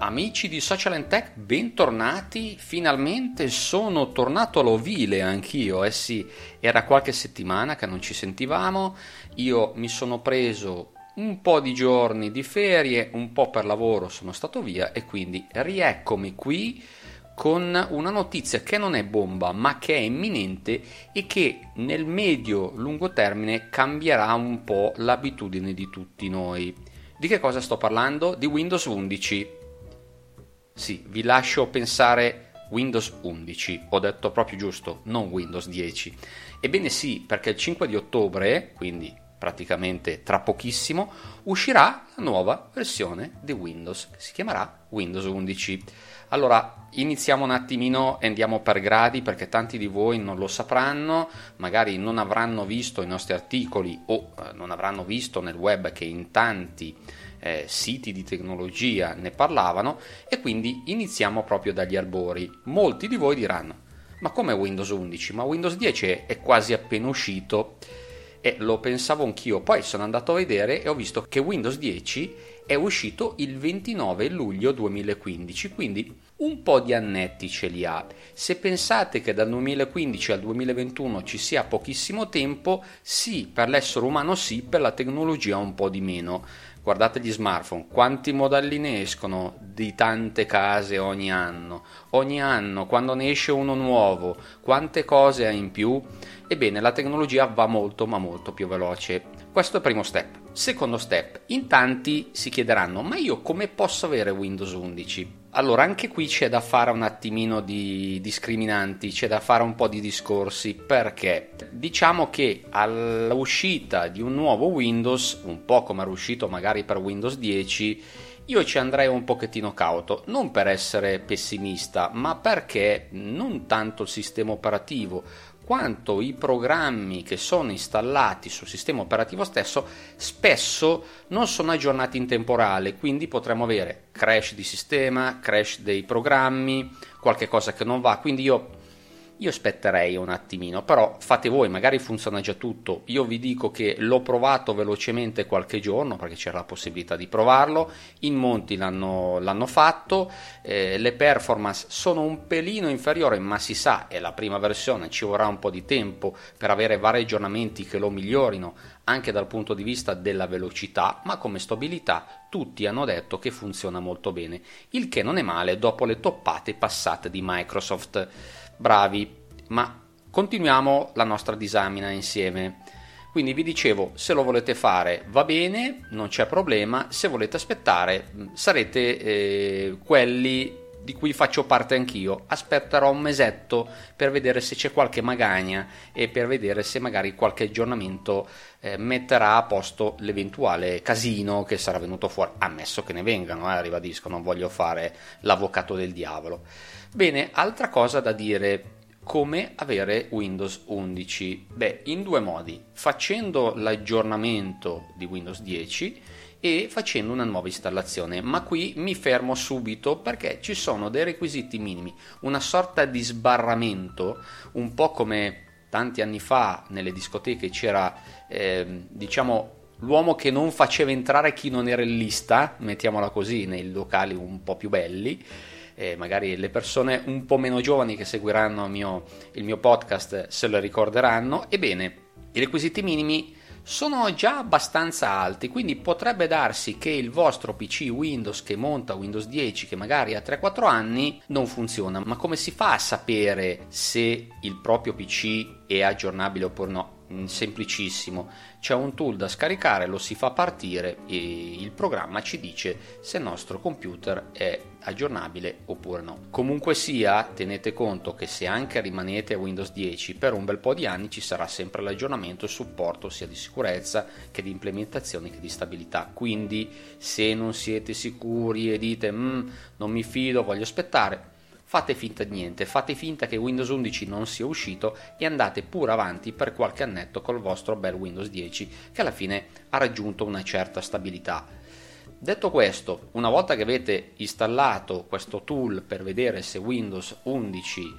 Amici di Social and Tech, bentornati. Finalmente sono tornato all'ovile anch'io. Sì, era qualche settimana che non ci sentivamo. Io mi sono preso un po' di giorni di ferie, un po' per lavoro sono stato via e quindi rieccomi qui con una notizia che non è bomba ma che è imminente e che nel medio-lungo termine cambierà un po' l'abitudine di tutti noi. Di che cosa sto parlando? Di Windows 11. Sì, vi lascio pensare Windows 11, ho detto proprio giusto, non Windows 10. Ebbene sì, perché il 5 di ottobre, quindi praticamente tra pochissimo, uscirà la nuova versione di Windows, che si chiamerà Windows 11. Allora, iniziamo un attimino e andiamo per gradi, perché tanti di voi non lo sapranno, magari non avranno visto i nostri articoli o non avranno visto nel web che in tanti siti di tecnologia ne parlavano, e quindi iniziamo proprio dagli albori. Molti di voi diranno: ma come Windows 11? Ma Windows 10 è quasi appena uscito. E lo pensavo anch'io, poi sono andato a vedere e ho visto che Windows 10 è uscito il 29 luglio 2015, quindi un po' di annetti ce li ha. Se pensate che dal 2015 al 2021 ci sia pochissimo tempo, sì, per l'essere umano sì, per la tecnologia un po' di meno. Guardate gli smartphone, quanti modelli ne escono di tante case ogni anno. Ogni anno, quando ne esce uno nuovo, quante cose ha in più? Ebbene, la tecnologia va molto ma molto più veloce. Questo è il primo step. Secondo step, in tanti si chiederanno: ma io come posso avere Windows 11? Allora, anche qui c'è da fare un attimino di discriminanti, c'è da fare un po' di discorsi, perché diciamo che all'uscita di un nuovo Windows, un po' come era uscito magari per Windows 10, io ci andrei un pochettino cauto, non per essere pessimista, ma perché non tanto il sistema operativo quanto i programmi che sono installati sul sistema operativo stesso spesso non sono aggiornati in tempo reale, quindi potremmo avere crash di sistema, crash dei programmi, qualche cosa che non va, quindi io aspetterei un attimino, però fate voi, magari funziona già tutto. Io vi dico che l'ho provato velocemente qualche giorno perché c'era la possibilità di provarlo, in molti l'hanno fatto, le performance sono un pelino inferiori, ma si sa, è la prima versione, ci vorrà un po' di tempo per avere vari aggiornamenti che lo migliorino anche dal punto di vista della velocità, ma come stabilità tutti hanno detto che funziona molto bene, il che non è male dopo le toppate passate di Microsoft. Bravi, ma continuiamo la nostra disamina insieme. Quindi vi dicevo, se lo volete fare va bene, non c'è problema, se volete aspettare sarete quelli di cui faccio parte anch'io. Aspetterò un mesetto per vedere se c'è qualche magagna e per vedere se magari qualche aggiornamento metterà a posto l'eventuale casino che sarà venuto fuori, ammesso che ne vengano, ribadisco, non voglio fare l'avvocato del diavolo. Bene, altra cosa da dire: come avere Windows 11? Beh, in due modi: facendo l'aggiornamento di Windows 10 e facendo una nuova installazione. Ma qui mi fermo subito perché ci sono dei requisiti minimi, una sorta di sbarramento, un po' come tanti anni fa nelle discoteche c'era diciamo l'uomo che non faceva entrare chi non era in lista, mettiamola così, nei locali un po' più belli. Magari le persone un po' meno giovani che seguiranno il mio podcast se lo ricorderanno. Ebbene, i requisiti minimi sono già abbastanza alti, quindi potrebbe darsi che il vostro PC Windows che monta Windows 10, che magari ha 3-4 anni, non funziona. Ma come si fa a sapere se il proprio PC è aggiornabile oppure no? Semplicissimo, c'è un tool da scaricare, lo si fa partire e il programma ci dice se il nostro computer è aggiornabile oppure no. Comunque sia, tenete conto che se anche rimanete a Windows 10 per un bel po' di anni ci sarà sempre l'aggiornamento e il supporto sia di sicurezza che di implementazione che di stabilità. Quindi se non siete sicuri e dite non mi fido, voglio aspettare, fate finta di niente, fate finta che Windows 11 non sia uscito e andate pure avanti per qualche annetto col vostro bel Windows 10 che alla fine ha raggiunto una certa stabilità. Detto questo, una volta che avete installato questo tool per vedere se Windows 11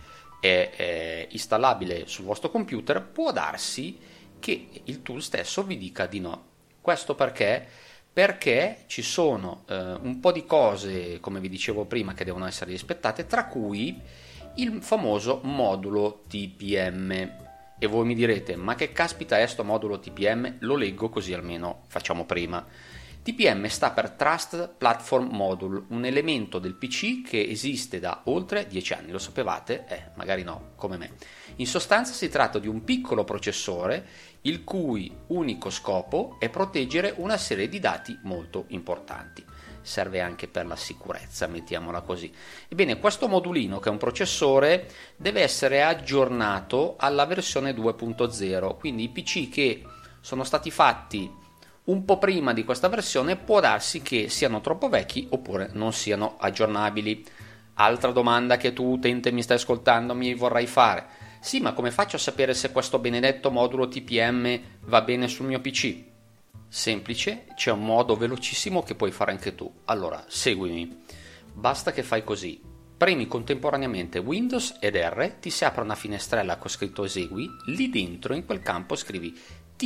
è installabile sul vostro computer, può darsi che il tool stesso vi dica di no. Questo perché perché ci sono un po' di cose, come vi dicevo prima, che devono essere rispettate, tra cui il famoso modulo TPM. E voi mi direte, ma che caspita è sto modulo TPM? Lo leggo così almeno facciamo prima. TPM sta per Trust Platform Module, un elemento del PC che esiste da oltre 10 anni. Lo sapevate? Magari no, come me. In sostanza si tratta di un piccolo processore il cui unico scopo è proteggere una serie di dati molto importanti. Serve anche per la sicurezza, mettiamola così. Ebbene, questo modulino, che è un processore, deve essere aggiornato alla versione 2.0, quindi i PC che sono stati fatti un po' prima di questa versione può darsi che siano troppo vecchi oppure non siano aggiornabili. Altra domanda che tu, utente, mi stai ascoltando, mi vorrai fare: sì, ma come faccio a sapere se questo benedetto modulo TPM va bene sul mio PC? Semplice, c'è un modo velocissimo che puoi fare anche tu. Allora, seguimi. Basta che fai così: premi contemporaneamente Windows ed R, ti si apre una finestrella con scritto esegui, lì dentro in quel campo scrivi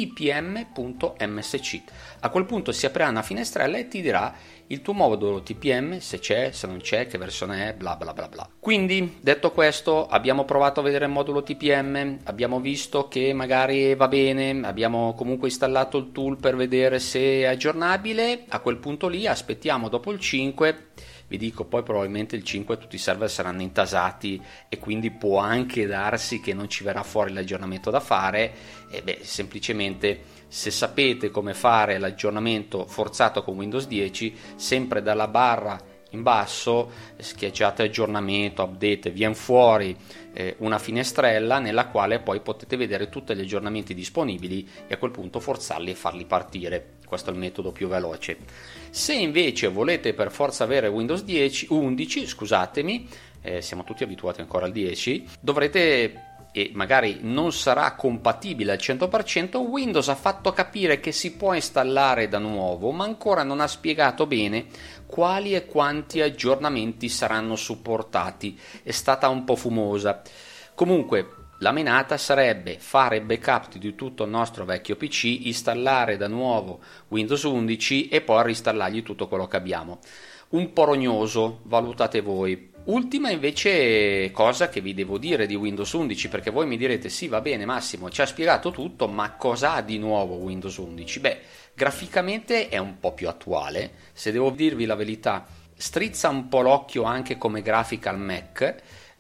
tpm.msc. A quel punto si aprirà una finestrella e ti dirà il tuo modulo TPM, se c'è, se non c'è, che versione è, bla bla bla bla. Quindi, detto questo, abbiamo provato a vedere il modulo TPM, abbiamo visto che magari va bene, abbiamo comunque installato il tool per vedere se è aggiornabile. A quel punto lì aspettiamo dopo il 5. Vi dico, poi probabilmente il 5 tutti i server saranno intasati e quindi può anche darsi che non ci verrà fuori l'aggiornamento da fare. E semplicemente, se sapete come fare l'aggiornamento forzato con Windows 10, sempre dalla barra in basso schiacciate aggiornamento, update, viene fuori una finestrella nella quale poi potete vedere tutti gli aggiornamenti disponibili e a quel punto forzarli e farli partire. Questo è il metodo più veloce. Se invece volete per forza avere Windows 11, scusatemi, siamo tutti abituati ancora al 10, dovrete, e magari non sarà compatibile al 100%, Windows ha fatto capire che si può installare da nuovo, ma ancora non ha spiegato bene quali e quanti aggiornamenti saranno supportati. È stata un po' fumosa. Comunque, la menata sarebbe fare backup di tutto il nostro vecchio PC, installare da nuovo Windows 11 e poi reinstallargli tutto quello che abbiamo. Un po' rognoso, valutate voi. Ultima invece cosa che vi devo dire di Windows 11, perché voi mi direte sì, va bene Massimo, ci ha spiegato tutto, ma cosa ha di nuovo Windows 11? Beh, graficamente è un po' più attuale, se devo dirvi la verità, strizza un po' l'occhio anche come grafica al Mac.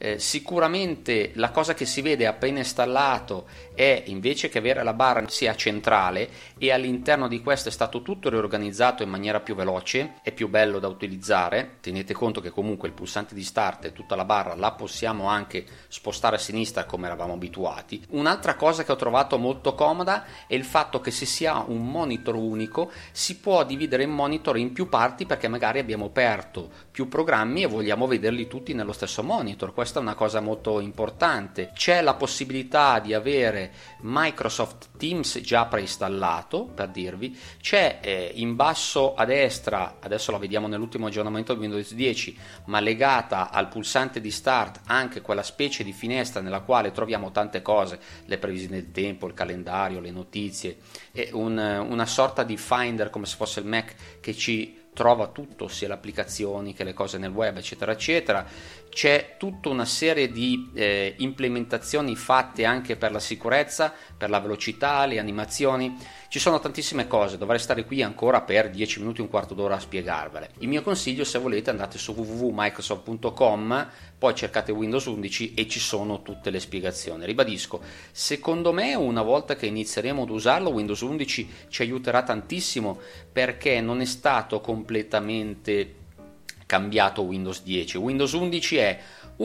Sicuramente la cosa che si vede appena installato è, invece che avere la barra sia centrale e all'interno di questo è stato tutto riorganizzato in maniera più veloce, è più bello da utilizzare. Tenete conto che comunque il pulsante di start e tutta la barra la possiamo anche spostare a sinistra come eravamo abituati. Un'altra cosa che ho trovato molto comoda è il fatto che se si ha un monitor unico si può dividere il monitor in più parti, perché magari abbiamo aperto più programmi e vogliamo vederli tutti nello stesso monitor. Questa è una cosa molto importante. C'è la possibilità di avere Microsoft Teams già preinstallato, per dirvi. C'è in basso a destra, adesso la vediamo nell'ultimo aggiornamento di Windows 10, ma legata al pulsante di start anche quella specie di finestra nella quale troviamo tante cose, le previsioni del tempo, il calendario, le notizie, e una sorta di Finder come se fosse il Mac che ci trova tutto, sia le applicazioni che le cose nel web, eccetera eccetera. C'è tutta una serie di implementazioni fatte anche per la sicurezza, per la velocità, le animazioni. Ci sono tantissime cose, dovrei stare qui ancora per 10 minuti, un quarto d'ora a spiegarvele. Il mio consiglio, se volete, andate su www.microsoft.com, poi cercate Windows 11 e ci sono tutte le spiegazioni. Ribadisco, secondo me una volta che inizieremo ad usarlo, Windows 11 ci aiuterà tantissimo, perché non è stato completamente cambiato Windows 10. Windows 11 è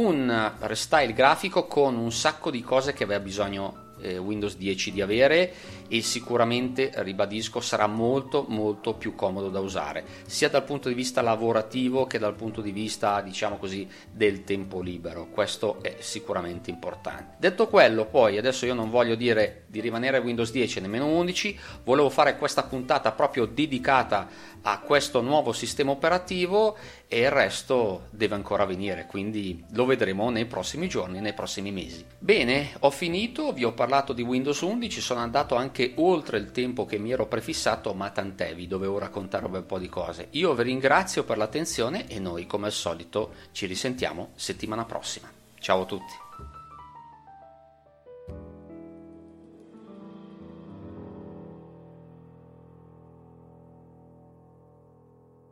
un restyle grafico con un sacco di cose che aveva bisogno Windows 10 di avere, e sicuramente, ribadisco, sarà molto molto più comodo da usare, sia dal punto di vista lavorativo che dal punto di vista, diciamo così, del tempo libero. Questo è sicuramente importante. Detto quello, poi adesso io non voglio dire di rimanere a Windows 10 nemmeno 11, volevo fare questa puntata proprio dedicata a questo nuovo sistema operativo, e il resto deve ancora venire, quindi lo vedremo nei prossimi giorni, nei prossimi mesi. Bene, ho finito, vi ho parlato di Windows 11, sono andato anche anche oltre il tempo che mi ero prefissato, ma tant'è, vi dovevo raccontare un bel po' di cose. Io vi ringrazio per l'attenzione e noi come al solito ci risentiamo settimana prossima. Ciao a tutti.